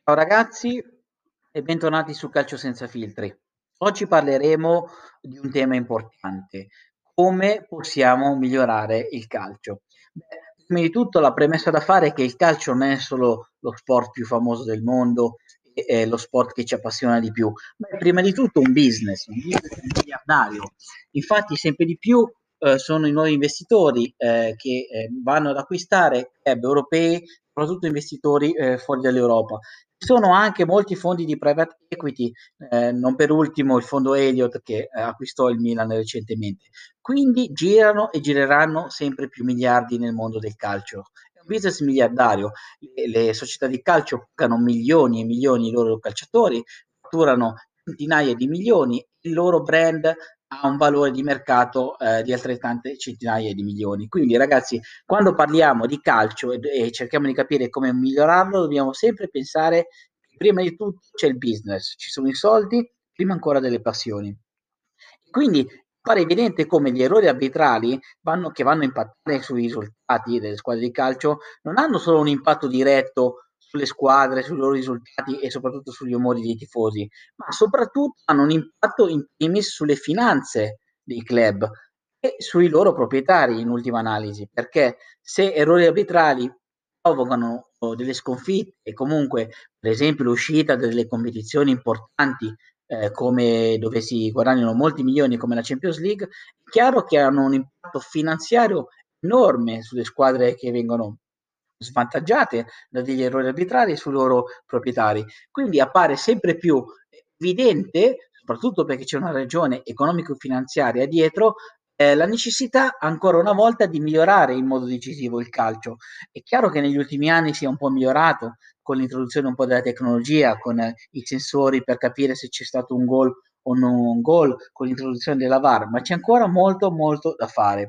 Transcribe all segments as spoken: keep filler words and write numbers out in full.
Ciao ragazzi e bentornati su Calcio Senza Filtri. Oggi parleremo di un tema importante: come possiamo migliorare il calcio. Beh, prima di tutto la premessa da fare è che il calcio non è solo lo sport più famoso del mondo, e è lo sport che ci appassiona di più, ma è prima di tutto un business, un business miliardario. Infatti sempre di più eh, sono i nuovi investitori eh, che eh, vanno ad acquistare club europei, soprattutto investitori eh, fuori dall'Europa. Ci sono anche molti fondi di private equity, eh, non per ultimo il fondo Elliott che eh, acquistò il Milan recentemente. Quindi girano e gireranno sempre più miliardi nel mondo del calcio. È un business miliardario. Le, le società di calcio pagano milioni e milioni i loro calciatori, fatturano centinaia di milioni, il loro brand ha un valore di mercato eh, di altrettante centinaia di milioni. Quindi ragazzi, quando parliamo di calcio e, e cerchiamo di capire come migliorarlo, dobbiamo sempre pensare che prima di tutto c'è il business, ci sono i soldi, prima ancora delle passioni. Quindi pare evidente come gli errori arbitrali vanno, che vanno a impattare sui risultati delle squadre di calcio non hanno solo un impatto diretto sulle squadre, sui loro risultati e soprattutto sugli umori dei tifosi, ma soprattutto hanno un impatto in primis sulle finanze dei club e sui loro proprietari in ultima analisi, perché se errori arbitrali provocano oh, delle sconfitte e comunque per esempio l'uscita delle competizioni importanti eh, come dove si guadagnano molti milioni come la Champions League, è chiaro che hanno un impatto finanziario enorme sulle squadre che vengono svantaggiate da degli errori arbitrari sui loro proprietari. Quindi appare sempre più evidente, soprattutto perché c'è una ragione economico-finanziaria dietro, eh, la necessità ancora una volta di migliorare in modo decisivo il calcio. È chiaro che negli ultimi anni si è un po' migliorato con l'introduzione un po' della tecnologia, con eh, i sensori per capire se c'è stato un gol o non un gol, con l'introduzione della V A R, ma c'è ancora molto molto da fare.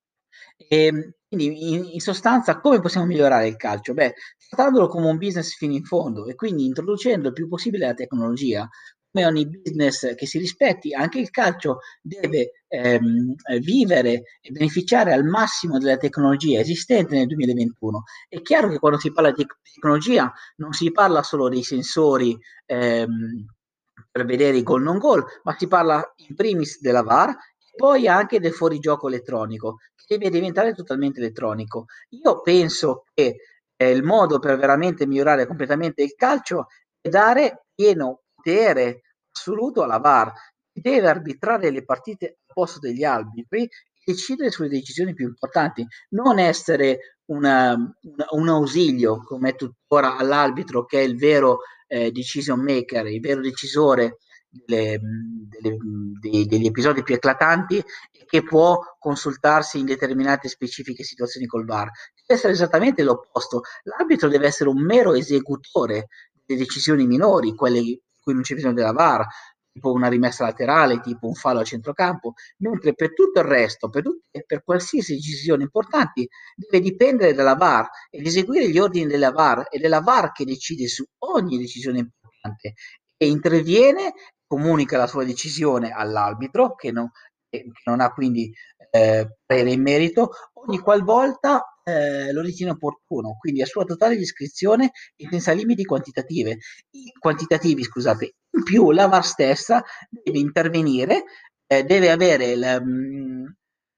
E, quindi in, in sostanza come possiamo migliorare il calcio? Beh, trattandolo come un business fino in fondo e quindi introducendo il più possibile la tecnologia. Come ogni business che si rispetti, anche il calcio deve ehm, vivere e beneficiare al massimo della tecnologia esistente nel duemilaventuno. È chiaro che quando si parla di tecnologia non si parla solo dei sensori ehm, per vedere i gol non gol, ma si parla in primis della V A R e poi anche del fuorigioco elettronico, che deve diventare totalmente elettronico. Io penso che eh, il modo per veramente migliorare completamente il calcio è dare pieno potere assoluto alla V A R, che deve arbitrare le partite al posto degli arbitri e decidere sulle decisioni più importanti, non essere una, una, un ausilio come è tuttora all'arbitro che è il vero eh, decision maker, il vero decisore delle, delle, dei, degli episodi più eclatanti e che può consultarsi in determinate specifiche situazioni col V A R. Deve essere esattamente l'opposto. L'arbitro deve essere un mero esecutore delle decisioni minori, quelle in cui non c'è bisogno della V A R, tipo una rimessa laterale, tipo un fallo a centrocampo, mentre per tutto il resto, per, tutte, per qualsiasi decisione importante, deve dipendere dalla V A R ed eseguire gli ordini della V A R ed è la V A R che decide su ogni decisione importante e interviene, comunica la sua decisione all'arbitro che non, che non ha quindi eh, parere in merito ogni qualvolta eh, lo ritiene opportuno, quindi a sua totale discrezione e senza limiti quantitative, quantitativi. Scusate. In più la V A R stessa deve intervenire, eh, deve avere il, mh,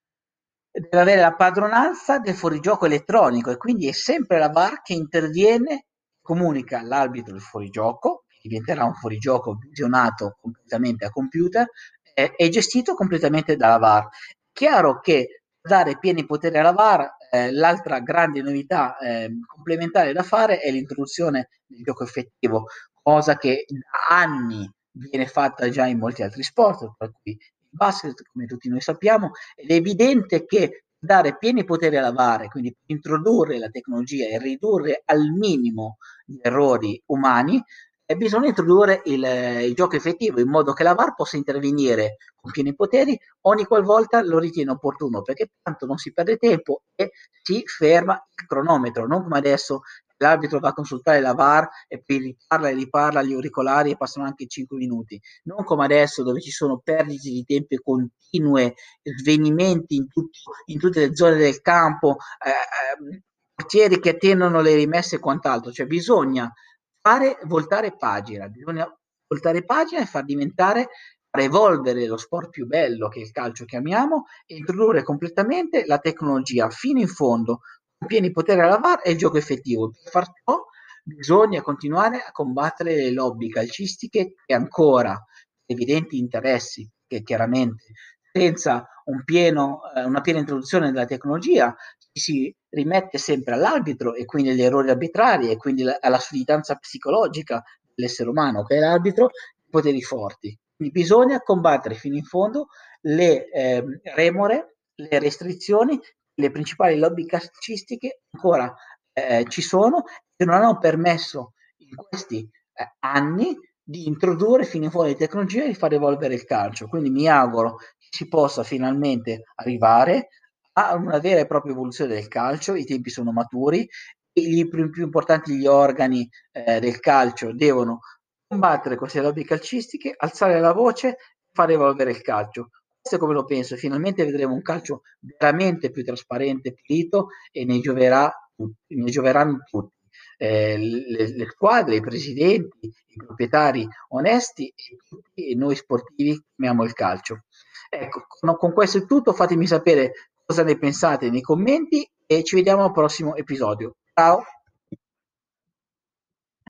deve avere la padronanza del fuorigioco elettronico e quindi è sempre la V A R che interviene, comunica all'arbitro il fuorigioco, che diventerà un fuorigioco visionato completamente a computer eh, e gestito completamente dalla V A R. Chiaro che dare pieni poteri alla V A R, eh, l'altra grande novità eh, complementare da fare è l'introduzione del gioco effettivo, cosa che da anni viene fatta già in molti altri sport, tra cui il basket, come tutti noi sappiamo, ed è evidente che dare pieni poteri alla V A R, quindi introdurre la tecnologia e ridurre al minimo gli errori umani, eh, bisogna introdurre il, il, gioco effettivo in modo che la V A R possa intervenire con pieni poteri ogni qualvolta lo ritiene opportuno, perché tanto non si perde tempo e si ferma il cronometro, non come adesso l'arbitro va a consultare la V A R e poi riparla e riparla agli auricolari e passano anche cinque minuti, non come adesso dove ci sono perdite di tempo continue, svenimenti in, tutto, in tutte le zone del campo, eh, portieri che attendono le rimesse e quant'altro, cioè bisogna fare voltare pagina, bisogna voltare pagina e far diventare, far evolvere lo sport più bello che il calcio che amiamo e introdurre completamente la tecnologia fino in fondo, con pieni poteri alla V A R e il gioco effettivo. Per far ciò bisogna continuare a combattere le lobby calcistiche e ancora evidenti interessi che chiaramente senza un pieno, eh, una piena introduzione della tecnologia si rimette sempre all'arbitro e quindi agli errori arbitrari e quindi la, alla sudditanza psicologica dell'essere umano che è l'arbitro, i poteri forti. Quindi bisogna combattere fino in fondo le eh, remore, le restrizioni, le principali lobby calcistiche ancora eh, ci sono e non hanno permesso in questi eh, anni di introdurre fino in fondo le tecnologie e di far evolvere il calcio. Quindi mi auguro che si possa finalmente arrivare a una vera e propria evoluzione del calcio, i tempi sono maturi, e gli più, più importanti gli organi eh, del calcio devono combattere queste lobby calcistiche, alzare la voce, far evolvere il calcio. Questo è come lo penso, finalmente vedremo un calcio veramente più trasparente, pulito e ne gioverà tutti, ne gioveranno tutti. Eh, le, le squadre, i presidenti, i proprietari onesti e tutti noi sportivi che amiamo il calcio. Ecco, con, con questo è tutto, fatemi sapere cosa ne pensate nei commenti e ci vediamo al prossimo episodio. Ciao!